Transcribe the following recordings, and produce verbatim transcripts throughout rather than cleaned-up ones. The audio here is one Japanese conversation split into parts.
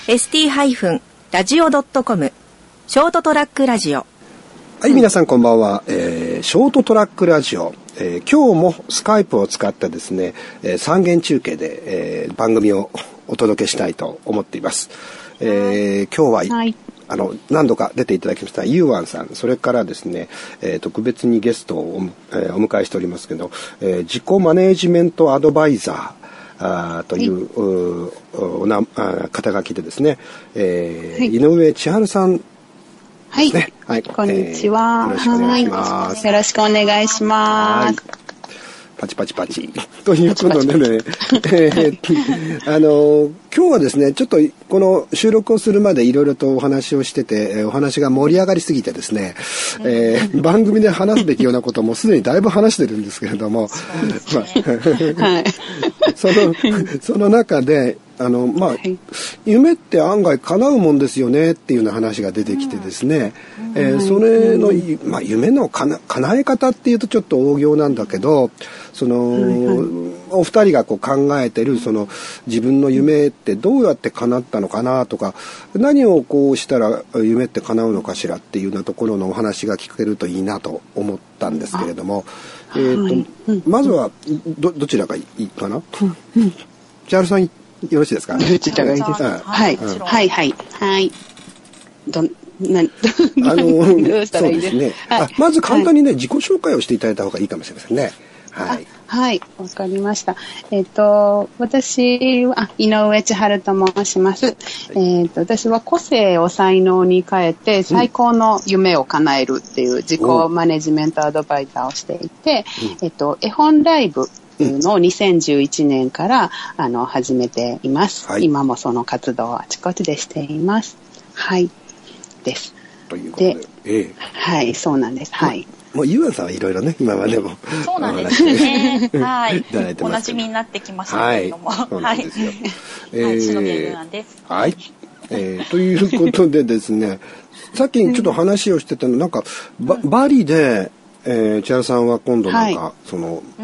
エスティー ラジオ ドットコム ショートトラックラジオ。 はい、皆さんこんばんは。えー、ショートトラックラジオ、えー、今日もスカイプを使ってですね、えー、三元中継で、えー、番組をお届けしたいと思っています。えー、今日は、はい、あの何度か出ていただきましたユーワンさん、それからですね、えー、特別にゲストをお、えー、お迎えしておりますけど、えー、自己マネジメントアドバイザーあという、はい、うおなあ肩書きでですね、えーはい、井上千春さんですね。 はい、はい、こんにちは、 えー、よろしくお願いします。 よろしくお願いします。 パチパチパチということでね、えー、あの今日はですね、ちょっとこの収録をするまでいろいろとお話をしてて、お話が盛り上がりすぎてですね、えー、番組で話すべきようなこともすでにだいぶ話してるんですけれども、まあはい、そのその中であのまあ、はい、夢って案外叶うもんですよねっていうような話が出てきてですね、うんえー、それの、まあ、夢のかな叶え方っていうとちょっと大行なんだけど、その、はいはい、お二人がこう考えてるその自分の夢ってどうやって叶ったのかなとか、何をこうしたら夢って叶うのかしらっていうようなところのお話が聞けるといいなと思ったんですけれども、えーとはいうん、まずは ど, どちらがいいかな、うん、千春さんよろしいですか？ どちらがいいですか？はい、うん、はいはいはいどなあのどうしたらいいですか？そうですね、 はい、あまず簡単にね、はい、自己紹介をしていただいた方がいいかもしれませんね。はいはい、わかりました。えっ、ー、と、私は、井上千春と申します。はい、えっ、ー、と、私は個性を才能に変えて、最高の夢を叶えるっていう自己マネジメントアドバイザーをしていて、うん、えっ、ー、と、絵本ライブっていうのをにせんじゅういちねんからあの始めています。はい、今もその活動をあちこちでしています。はい。です。 ということで。でええ、 はい、そうなんです。はい。 もうゆうあさんはいろいろね、今までもそうなんですね。はい。おなじみになってきましたけれども、 はい、そうなんですよ。 えー、はい、篠宮ゆうあんです。 はい。えー、ということでですね、さっきちょっと話をしてたの、なんかバ, バリで、えー、千春さんは今度なんか、はい、その、うん、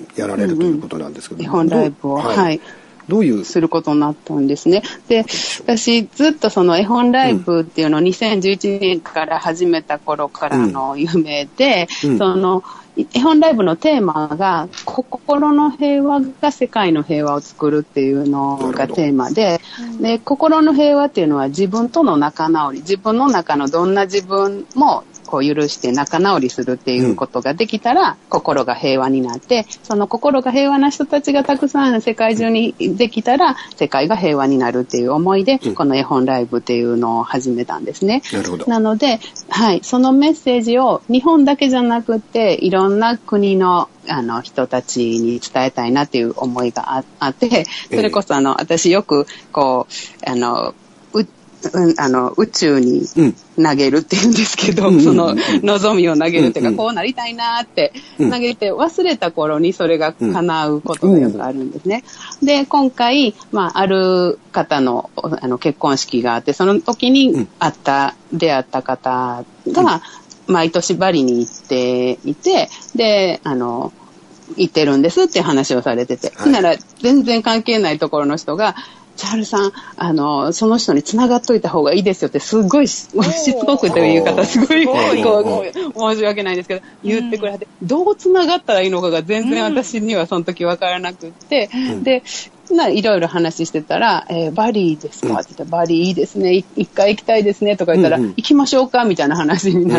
やられるということなんですけど、 絵本ライブを、はい。はいどういうすることになったんですね。で、私ずっとその絵本ライブっていうのをにせんじゅういちねんから始めた頃からの夢で、うん、その絵本ライブのテーマが心の平和が世界の平和を作るっていうのがテーマで、で、心の平和っていうのは自分との仲直り、自分の中のどんな自分もこう許して仲直りするっていうことができたら、うん、心が平和になって、その心が平和な人たちがたくさん世界中にできたら世界が平和になるっていう思いで、うん、この絵本ライブっていうのを始めたんですね。 なるほど。なので、はい、そのメッセージを日本だけじゃなくていろんな国のあの人たちに伝えたいなっていう思いが あ, あってそれこそあの、えー、私よくこうあのうん、あの宇宙に投げるって言うんですけど、うん、その望みを投げるっていうか、うん、こうなりたいなって投げて忘れた頃にそれが叶うことがよくあるんですね。うん、で今回、まあ、ある方の、あの結婚式があってその時に会った出会った方が毎年バリに行っていてであの行ってるんですっていう話をされてて、はい、なら全然関係ないところの人が千春さん、あの、その人に繋がっといた方がいいですよって、すごいしつこくという言い方、すごい、こう、申し訳ないんですけど、言ってくれて、うん、どう繋がったらいいのかが全然私にはその時わからなくって、うん、で、いろいろ話してたら、えー、バリですかって言ったら、バリいいですね、一回行きたいですねとか言ったら、うんうん、行きましょうかみたいな話になって、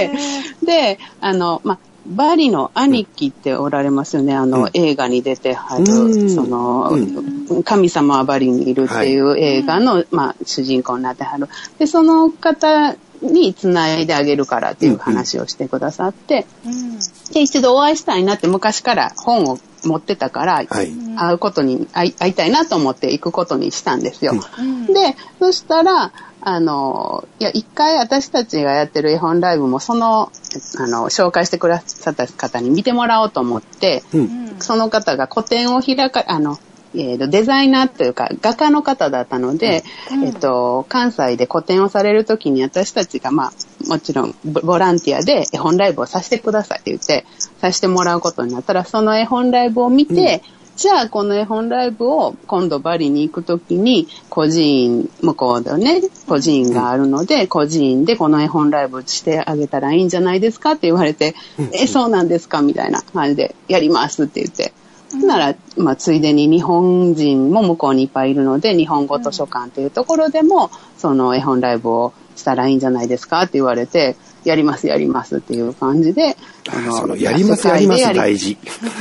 うん、で、あの、ま、バリの兄貴っておられますよね、あの、うん、映画に出てはる、うん、その、うん、神様はバリにいるっていう映画の、はい、まあ、主人公になってはる。で、その方に繋いであげるからっていう話をしてくださって、うん、で、一度お会いしたいなって昔から本を持ってたから、はい、会うことに会い、会いたいなと思って行くことにしたんですよ。うん、で、そしたら、あの、いや、一回私たちがやってる絵本ライブもその、あの、紹介してくださった方に見てもらおうと思って、うん、その方が個展を開か、あの、えーと、デザイナーというか画家の方だったので、うんえーと、関西で個展をされるときに私たちが、まあ、もちろんボランティアで絵本ライブをさせてくださいって言って、させてもらうことになったら、その絵本ライブを見て、 じゃあこの絵本ライブを今度バリに行くときに、孤児院、向こうでね、孤児院があるので、孤児院でこの絵本ライブしてあげたらいいんじゃないですかって言われて、え、そうなんですかみたいな感じで、やりますって言って。なら、まあ、ついでに日本人も向こうにいっぱいいるので、日本語図書館っていうところでも、その絵本ライブをしたらいいんじゃないですかって言われて、やりますやりますっていう感じで、 あの、そのやりますやります大事。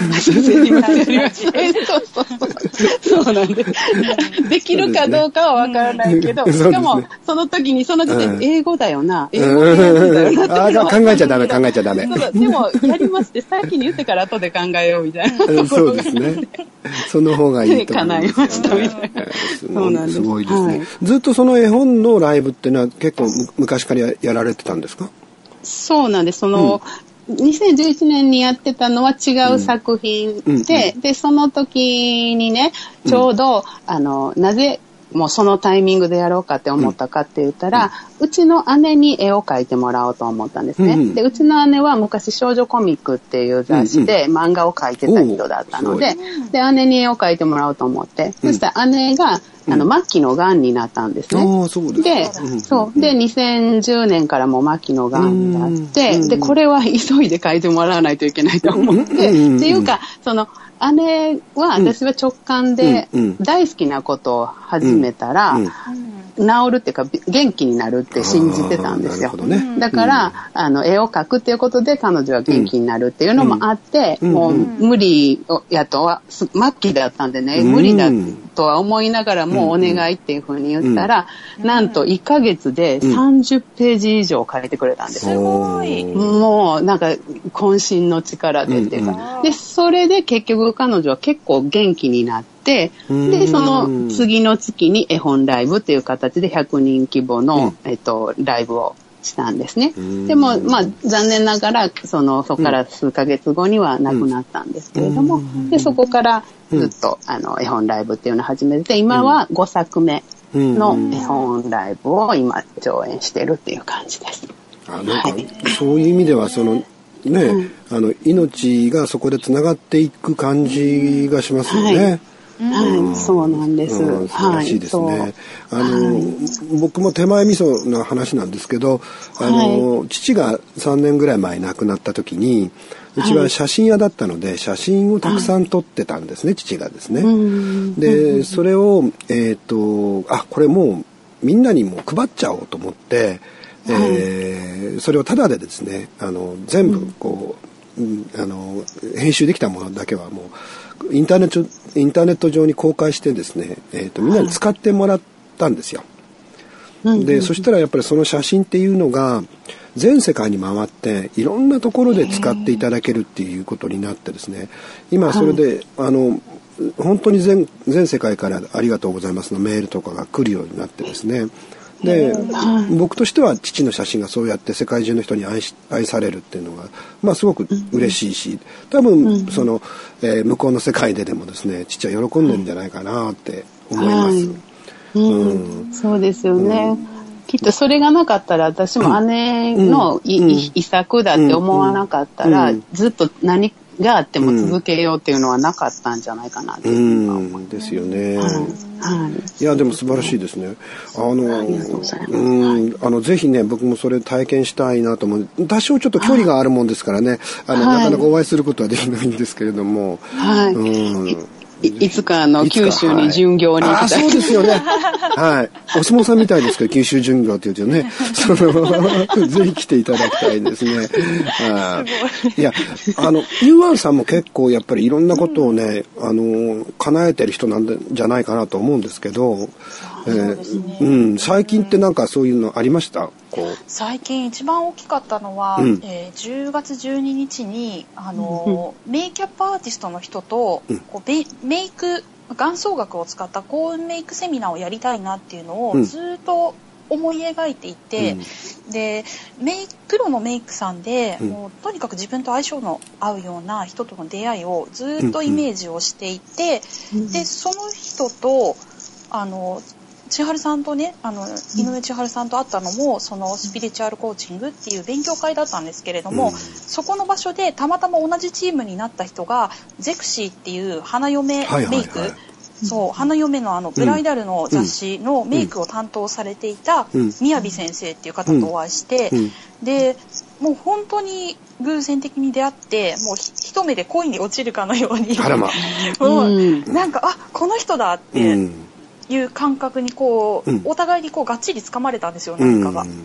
そうなんです。できるかどうかはわからないけど、しかもその時にその時点で英語だよな、英語でやるんだよなって。 あ、考えちゃダメ考えちゃダメ。 でもやりますって先に言ってから後で考えようみたいな。 そうですね。その方がいいと思います。 叶いましたみたいな。そうなんです。 すごいですね。ずっとその絵本のライブっていうのは結構昔からやられてたんですか？ そうなんです。その、うん、にせんじゅういちねんにやってたのは違う作品で、うんうん、で、その時にね、ちょうど、うん、あの、なぜ、もうそのタイミングでやろうかって思ったかって言ったら、うん、うちの姉に絵を描いてもらおうと思ったんですね。うん、で、うちの姉は昔少女コミックっていう雑誌で漫画を描いてた人だったので、で、姉に絵を描いてもらおうと思って、そしたら姉が、あの、末期の癌になったんですね。 ああ、そうですか。で、そう。で、にせんじゅうねんからも末期の癌になって、で、これは急いで書いてもらわないといけないと思って、っていうか、その、姉は、私は直感で大好きなことを始めたら、治るっていうか元気になるって信じてたんですよ。ね、だから、うん、あの絵を描くっていうことで彼女は元気になるっていうのもあって、うん、もう無理やとは末期だったんでね、うん、無理だとは思いながらもお願いっていうふうに言ったら、うん、なんといっかげつでさんじゅっページ以上書いてくれたんですよ。すごい。もうなんか渾身の力でっていうか、うん、でそれで結局彼女は結構元気になって。で、その次の月に絵本ライブっていう形でひゃくにん規模の、うん、えっと、ライブをしたんですね。でも、まあ、残念ながら、その、そこから数ヶ月後には亡くなったんですけれども、で、そこからずっと、あの、絵本ライブっていうのを始めて、今はごさくめの絵本ライブを今、上演してるっていう感じです。 あ、なんか、はい、そういう意味では、その、ね、うん、あの、命がそこでつながっていく感じがしますよね。はいはい、うん、そうなんです。 うん、素晴らしいですね。はい、あの、はい、僕も手前味噌の話なんですけど、あの、はい、父がさんねんぐらい前亡くなった時に、うちは写真屋だったので、写真をたくさん撮ってたんですね、父がですね。で、それを、えっと、あ、これもうみんなにも配っちゃおうと思って、えー、それをタダでですね、あの、全部こう、うん、あの、編集できたものだけはもう、インターネット、インターネット上に公開してですね、えーと、みんなに使ってもらったんですよ。はい、で、そしたらやっぱりその写真っていうのが全世界に回っていろんなところで使っていただけるっていうことになってですね、今それで、はい、あの、本当に 全, 全世界からありがとうございますのメールとかが来るようになってですね、で、僕としては父の写真がそうやって世界中の人に 愛, し愛されるっていうのが、まあ、すごく嬉しいし、多分その、えー、向こうの世界ででもですね、父は喜んでるんじゃないかなって思います。はいうんうん、そうですよね、うん、きっとそれがなかったら私も姉のい、うん、遺作だって思わなかったら、うん、ずっと何があっても続けようっていうのはなかったんじゃないかなっていう思います、 うん、ですよね、 はいはい、 いやでも素晴らしいですね。あの、ありがとうございます。うん、あのぜひね僕もそれ体験したいなと思う。多少ちょっと距離があるもんですからね、あの、はい、なかなかお会いすることはできないんですけれども、 はい、うんい, いつかあの九州に巡業に行きたい、 はい、あそうですよねはいお相撲さんみたいですけど九州巡業っていうとねそのぜひ来ていただきたいですねあいやあのユーワンさんも結構やっぱりいろんなことをね、うん、あの叶えてる人なんじゃないかなと思うんですけど、えーうん、最近ってなんかそういうのありました？こう最近一番大きかったのは、うんえー、じゅうがつじゅうににちにあの、うん、メイキャップアーティストの人と、うん、こうメイク眼相学を使った幸運メイクセミナーをやりたいなっていうのをずっと思い描いていて、うん、でメイプロのメイクさんで、うん、もうとにかく自分と相性の合うような人との出会いをずっとイメージをしていて、うん、でその人とあの千春さんとね、あの井上千春さんと会ったのもそのスピリチュアルコーチングっていう勉強会だったんですけれども、うん、そこの場所でたまたま同じチームになった人がゼクシーっていう花嫁メイク、はいはいはい、そう花嫁のあのブライダルの雑誌のメイクを担当されていた宮城先生っていう方とお会いして、うんうん、でもう本当に偶然的に出会ってもう一目で恋に落ちるかのようにあらまもうなんかあこの人だっていう感覚にこう、うん、お互いにこうがっちり掴まれたんですよ何かが、うん、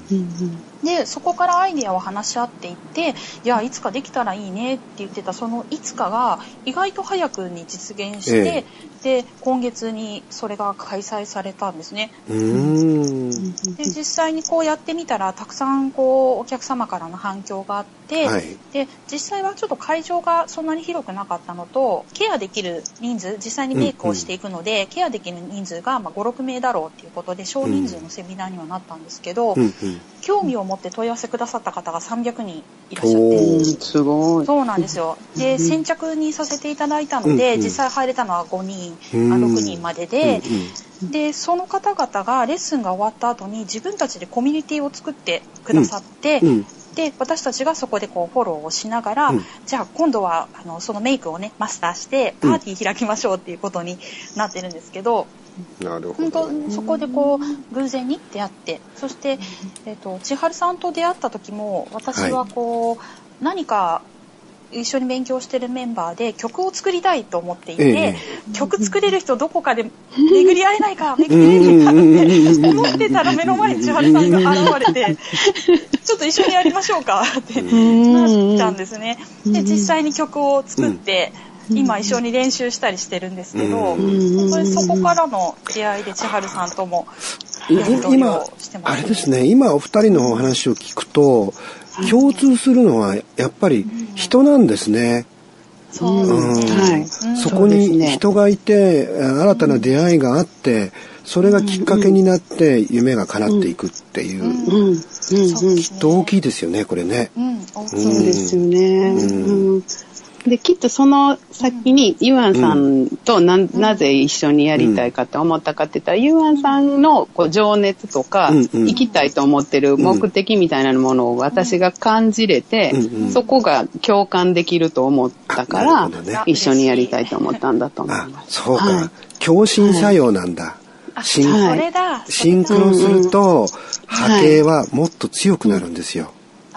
でそこからアイデアを話し合っていっていやいつかできたらいいねって言ってたそのいつかが意外と早くに実現して、ええ、で今月にそれが開催されたんですね。 うーんで実際にこうやってみたらたくさんこうお客様からの反響があって、はい、で実際はちょっと会場がそんなに広くなかったのとケアできる人数実際にメイクをしていくので、うんうん、ケアできる人数がまあご、ろくめいだろうっていうことで少人数のセミナーにはなったんですけど、うんうん、興味を持って問い合わせくださった方がさんびゃくにんいらっしゃってすごいそうなんですよ。で先着にさせていただいたので、うんうん、実際入れたのはごにん、うん、ろくにんまでで、うんうん、でその方々がレッスンが終わった後に自分たちでコミュニティを作ってくださって、うんうん、で私たちがそこでこうフォローをしながら、うん、じゃあ今度はあのそのメイクをねマスターしてパーティー開きましょうっていうことになってるんですけど、 うん、なるほど。 本当そこでこう偶然に出会ってそして、えーと、千春さんと出会った時も私はこう、はい、何か一緒に勉強してるメンバーで曲を作りたいと思っていて、ええ、曲作れる人どこかで巡り合えないか巡り合えないかって思ってたら目の前に千春さんが現れてちょっと一緒にやりましょうかってなったんですね。で実際に曲を作って今一緒に練習したりしてるんですけど、本当にそこからの出会いで千春さんともやり取りをしてます。 今あれですね、今お二人のお話を聞くと共通するのはやっぱり人なんですね。 そうですね、 うん、そこに人がいて新たな出会いがあってそれがきっかけになって夢が叶っていくっていう、うんうん、きっと大きいですよねこれね、 うん、そうですよね、うんうん、できっとその先にユアンさんと な, なぜ一緒にやりたいかって思ったかって言ったら、ユアンさんのこう情熱とか、うんうん、生きたいと思ってる目的みたいなものを私が感じれて、うんうん、そこが共感できると思ったから、ね、一緒にやりたいと思ったんだと思います。 そうか、はい、共振作用なんだ、 はい、シン、はい、 シンクロすると波形はもっと強くなるんですよ、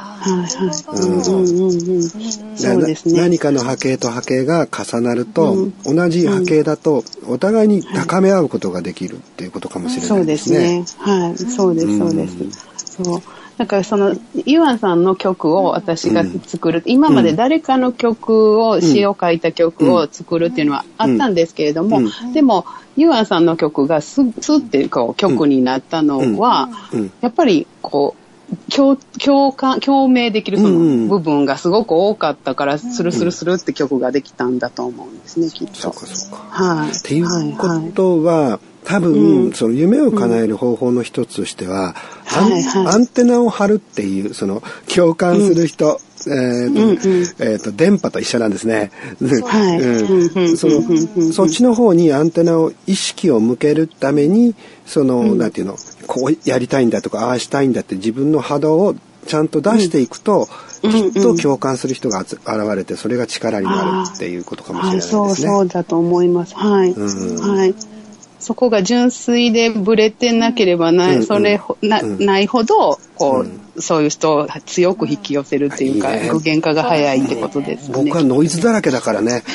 何かの波形と波形が重なると、うん、同じ波形だとお互いに高め合うことができるっていうことかもしれないですね。 そうですね。はい、そうですそうです。うん、そう。だからそのユアンさんの曲を私が作る、うん、今まで誰かの曲を、うん、詩を書いた曲を作るっていうのはあったんですけれども、うん、でもユアンさんの曲がスッってこう曲になったのは、うんうん、やっぱりこう共, 共感共鳴できるその部分がすごく多かったから、うん、スルスルスルって曲ができたんだと思うんですね、きっと。 そうかそうか。 はい。 っていうことは、はいはい、多分、うん、その夢を叶える方法の一つとしては、うんアンはいはい、アンテナを張るっていうその共感する人、うんえーとうんうんえーと、電波と一緒なんですね。はいうん、そのそっちの方にアンテナを意識を向けるためにその、うん、なんていうのこうやりたいんだとかああしたいんだって自分の波動をちゃんと出していくと、うん、きっと共感する人が現れてそれが力になるっていうことかもしれないですね。 そうそうだと思います。はい。うん、はいそこが純粋でブレてなければない、うん、それな、うん、ないほどこう、うん、そういう人を強く引き寄せるっていうか、いいね、具現化が早いってことですね。 僕はノイズだらけだからね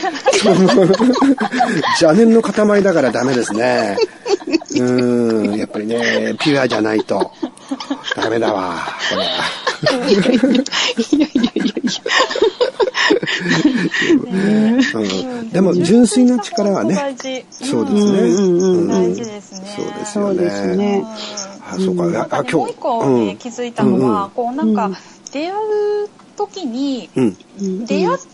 邪念の塊だからダメですね。うんやっぱりねピュアじゃないとダメだわこれは。いやいやいやいやいやうん、でも純粋な力はね、そうですね、 うん、大事ですね。 そうですよね。 あ、そうか。なんかね、もう一個、ねうん、気づいたのは、うん、こうなんか出会う時に、うん、出会っ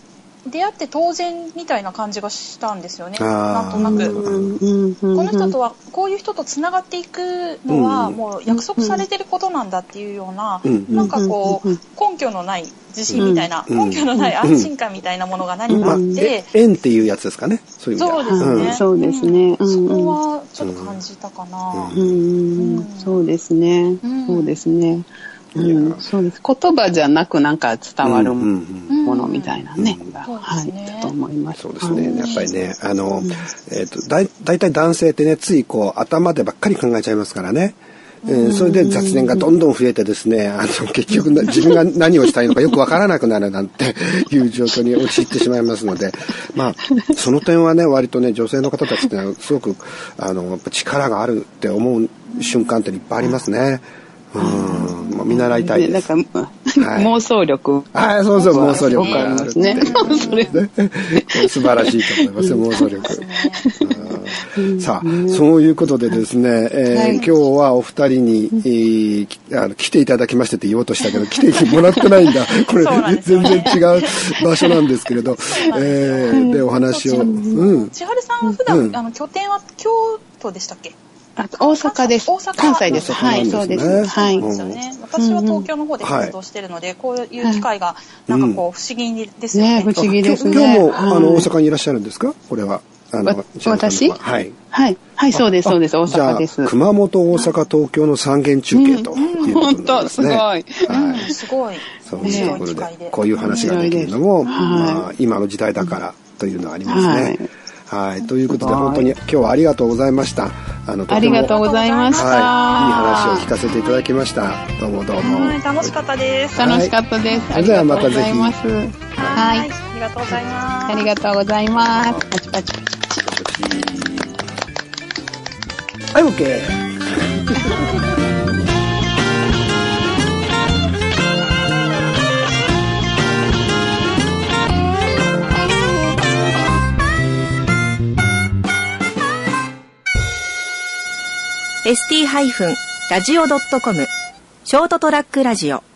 出会って当然みたいな感じがしたんですよね。 あなんとなく、この人とはこういう人とつながっていくのはもう約束されてることなんだっていうような、なんかこう根拠のない自信みたいな、根拠のない安心感みたいなものが何かあって、 縁っていうやつですかね。そういう意味では。 そうですね。 そうですね。 そこはちょっと感じたかな。 そうですね。そうですね。うん、そうです。言葉じゃなくなんか伝わるものみたいなね。はい、だと思います。 そうですね。やっぱりね、あの、えっと、だいたい男性ってね、ついこう頭でばっかり考えちゃいますからね。えー、それで雑念がどんどん増えてですね、あの、結局自分が何をしたいのかよくわからなくなるなんていう状況に陥ってしまいますので、まあ、その点はね、割とね、女性の方たちってのはすごく、あの、力があるって思う瞬間っていっぱいありますね。うん、まあ、見習いたいです。 なんか、はい、妄想力。 ああ、そうそう、妄想力があるってね。それ素晴らしいと思いますよ、妄想力。さあ、そういうことでですね、えーはい、今日はお二人に、えー、あの来ていただきましてって言おうとしたけど、来てもらってないんだ。これ、全然違う場所なんですけれど、えー、で、お話を。うん。 千春さんは普段、うん、あの拠点は京都でしたっけ？ あ、大阪です。大阪関西です。はい、そうです。はい。 私は東京の方で活動してるので、こういう機会がなんかこう不思議ですよね。 不思議ですね。 今日もあの大阪にいらっしゃるんですか？これは。 あの私？はい。はい。はい、そうです、そうです。大阪です。 熊本、大阪、東京の三元中継ということになりますね。 本当、すごい。 はい。すごい。 そういうことで、こういう話ができるのも、まあ、今の時代だからというのはありますね。はい、ということで本当に今日はありがとうございました。 あのありがとうございました。 はい、いい話を聞かせていただきました。どうもどうも。 楽しかったです。 楽しかったです。 それではまたぜひ。 はい、ありがとうございます。 ありがとうございます。パチパチパチ。 はい、オッケー。 エスティー ラジオ ドットコム ショートトラックラジオ